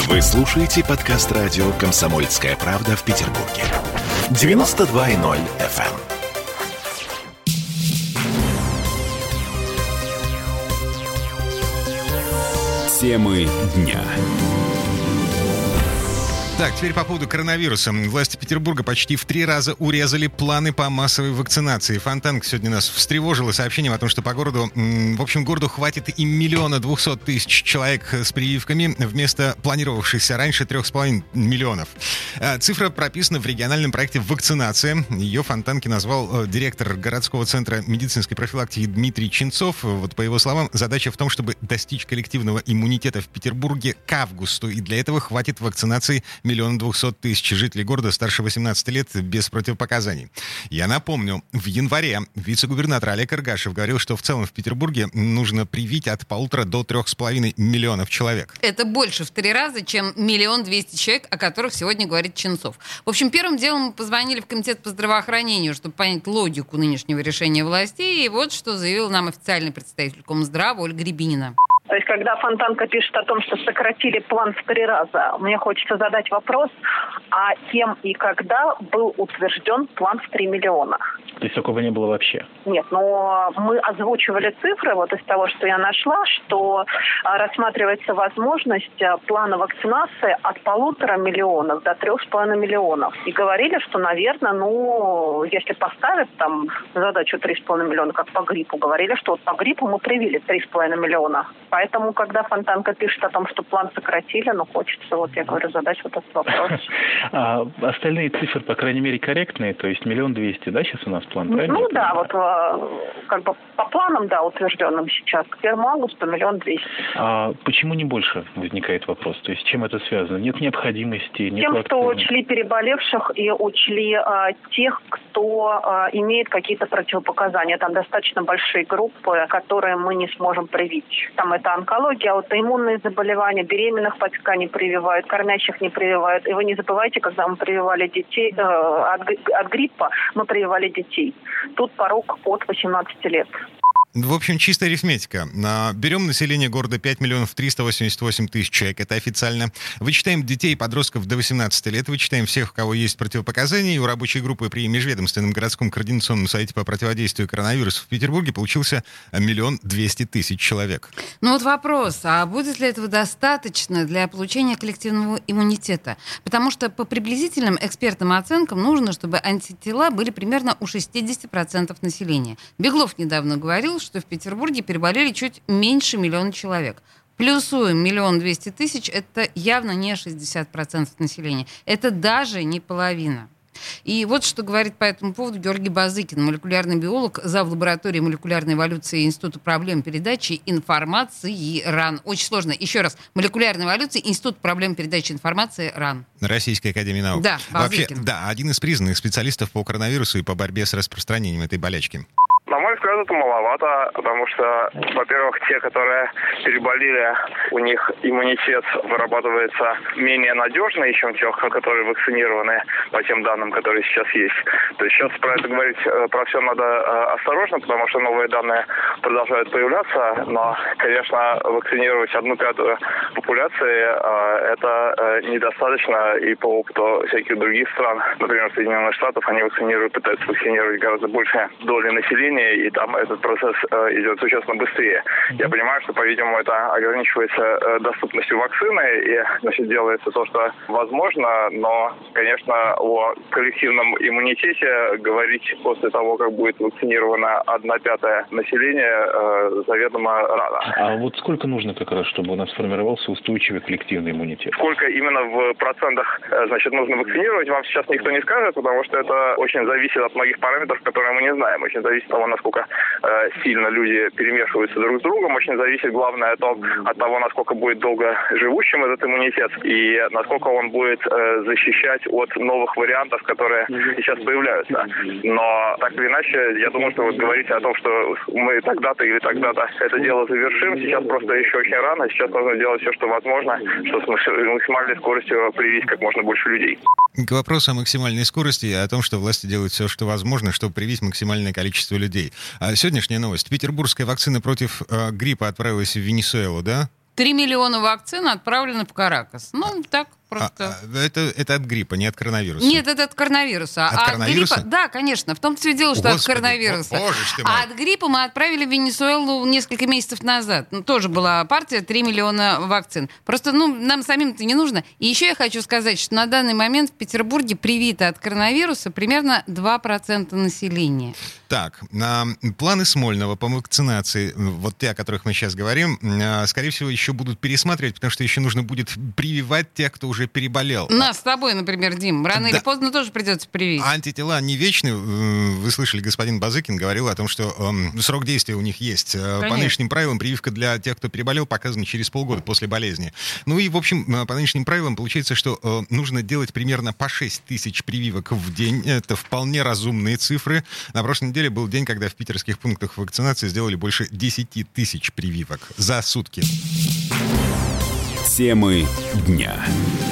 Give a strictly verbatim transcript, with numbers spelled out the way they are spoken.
Вы слушаете подкаст радио «Комсомольская правда» в Петербурге. девяносто два и ноль эф эм. Темы дня. Так, теперь по поводу коронавируса. Власти Петербурга почти в три раза урезали планы по массовой вакцинации. Фонтанка сегодня нас встревожила сообщением о том, что по городу, в общем, городу хватит и миллиона двухсот тысяч человек с прививками вместо планировавшихся раньше трех с половиной миллионов. Цифра прописана в региональном проекте «Вакцинация». Ее Фонтанки назвал директор городского центра медицинской профилактики Дмитрий Ченцов. Вот по его словам, задача в том, чтобы достичь коллективного иммунитета в Петербурге к августу. И для этого хватит вакцинации миллион двухсот тысяч жителей города старше восемнадцати лет без противопоказаний. Я напомню, в январе вице-губернатор Олег Иргашев говорил, что в целом в Петербурге нужно привить от полутора до трех с половиной миллионов человек. Это больше в три раза, чем миллион двести человек, о которых сегодня говорит Ченцов. В общем, первым делом мы позвонили в комитет по здравоохранению, чтобы понять логику нынешнего решения властей. И вот что заявил нам официальный представитель Комздрава Ольга Рябинина. То есть, когда Фонтанка пишет о том, что сократили план в три раза, мне хочется задать вопрос, а кем и когда был утвержден план в три миллиона? То есть такого не было вообще? Нет, но мы озвучивали цифры, вот из того, что я нашла, что рассматривается возможность плана вакцинации от полутора миллионов до трех с половиной миллионов. И говорили, что, наверное, ну, если поставят там задачу три с половиной миллиона, как по гриппу, говорили, что вот по гриппу мы привили три с половиной миллиона. Поэтому, когда Фонтанка пишет о том, что план сократили, ну, хочется, вот я говорю, задать вот этот вопрос. А остальные цифры, по крайней мере, корректные, то есть миллион двести, да, сейчас у нас план, правильно? Ну да, вот как бы по планам, да, утвержденным сейчас, к первому августа миллион двести. А почему не больше, возникает вопрос? То есть с чем это связано? Нет необходимости, нет Тем, вакцины? что учли переболевших и учли а, тех, кто а, имеет какие-то противопоказания. Там достаточно большие группы, которые мы не сможем привить. Там это онкология, аутоиммунные заболевания, беременных пока не прививают, кормящих не прививают. И вы не забывайте, когда мы прививали детей э, от, от гриппа, мы прививали детей. Тут порог от восемнадцати лет. В общем, чистая арифметика. Берем население города пять миллионов триста восемьдесят восемь тысяч человек, это официально. Вычитаем детей и подростков до восемнадцати лет, вычитаем всех, у кого есть противопоказания. И у рабочей группы при Межведомственном городском координационном совете по противодействию коронавирусу в Петербурге получился миллион двести тысяч человек. Ну вот вопрос, а будет ли этого достаточно для получения коллективного иммунитета? Потому что по приблизительным экспертным оценкам нужно, чтобы антитела были примерно у шестьдесят процентов населения. Беглов недавно говорил, что в Петербурге переболели чуть меньше миллиона человек. Плюсуем миллион двести тысяч, это явно не шестьдесят процентов населения. Это даже не половина. И вот что говорит по этому поводу Георгий Базыкин, молекулярный биолог, зав. Лаборатории молекулярной эволюции Института проблем передачи информации РАН. Очень сложно. Еще раз. Молекулярной эволюции Институт проблем передачи информации РАН. Российской академии наук. Да, Базыкин. Вообще, да, один из признанных специалистов по коронавирусу и по борьбе с распространением этой болячки. На мой взгляд, это маловато, потому что, во-первых, те, которые переболели, у них иммунитет вырабатывается менее надежный, чем тех, которые вакцинированы по тем данным, которые сейчас есть. То есть сейчас про это говорить, про все надо осторожно, потому что новые данные продолжают появляться, но, конечно, вакцинировать одну пятую популяции это недостаточно, и по опыту всяких других стран, например, Соединенных Штатов, они вакцинируют, пытаются вакцинировать гораздо больше доли населения, и там этот процесс э, идет существенно быстрее. Я понимаю, что, по-видимому, это ограничивается э, доступностью вакцины, и, значит, делается то, что возможно, но, конечно, о коллективном иммунитете говорить после того, как будет вакцинирована одна пятая населения, э, заведомо рано. А вот сколько нужно как раз, чтобы у нас сформировался устойчивый коллективный иммунитет? Сколько именно в процентах, э, значит, нужно вакцинировать, вам сейчас никто не скажет, потому что это очень зависит от многих параметров, которые мы не знаем. Очень зависит от того, насколько э, сильно люди перемешиваются друг с другом. Очень зависит, главное, от, от того, насколько будет долго живущим этот иммунитет и насколько он будет э, защищать от новых вариантов, которые сейчас появляются. Но так или иначе, я думаю, что вот говорить о том, что мы тогда-то или тогда-то это дело завершим, сейчас просто еще очень рано. Сейчас нужно делать все, что возможно, чтобы с максимальной скоростью привить как можно больше людей. К вопросу о максимальной скорости и о том, что власти делают все, что возможно, чтобы привить максимальное количество людей. А сегодняшняя новость. Петербургская вакцина против э, гриппа отправилась в Венесуэлу, да? три миллиона вакцин отправлено в Каракас. Ну, так просто. А, это, это от гриппа, не от коронавируса? Нет, это от коронавируса. От а коронавируса? От гриппа, да, конечно. В том-то и дело, что Господи, от коронавируса. Боже ты мой. А от гриппа мы отправили в Венесуэлу несколько месяцев назад. Ну, тоже была партия три миллиона вакцин. Просто, ну, нам самим-то не нужно. И еще я хочу сказать, что на данный момент в Петербурге привито от коронавируса примерно два процента населения. Так, а, планы Смольного по вакцинации, вот те, о которых мы сейчас говорим, а, скорее всего, еще будут пересматривать, потому что еще нужно будет прививать тех, кто уже переболел. Нас с тобой, например, Дим, рано Да. или поздно тоже придется привить. Антитела не вечны. Вы слышали, господин Базыкин говорил о том, что э, срок действия у них есть. Конечно. По нынешним правилам прививка для тех, кто переболел, показана через полгода после болезни. Ну и, в общем, по нынешним правилам получается, что э, нужно делать примерно по шесть тысяч прививок в день. Это вполне разумные цифры. На прошлой неделе был день, когда в питерских пунктах вакцинации сделали больше десять тысяч прививок за сутки. Темы дня.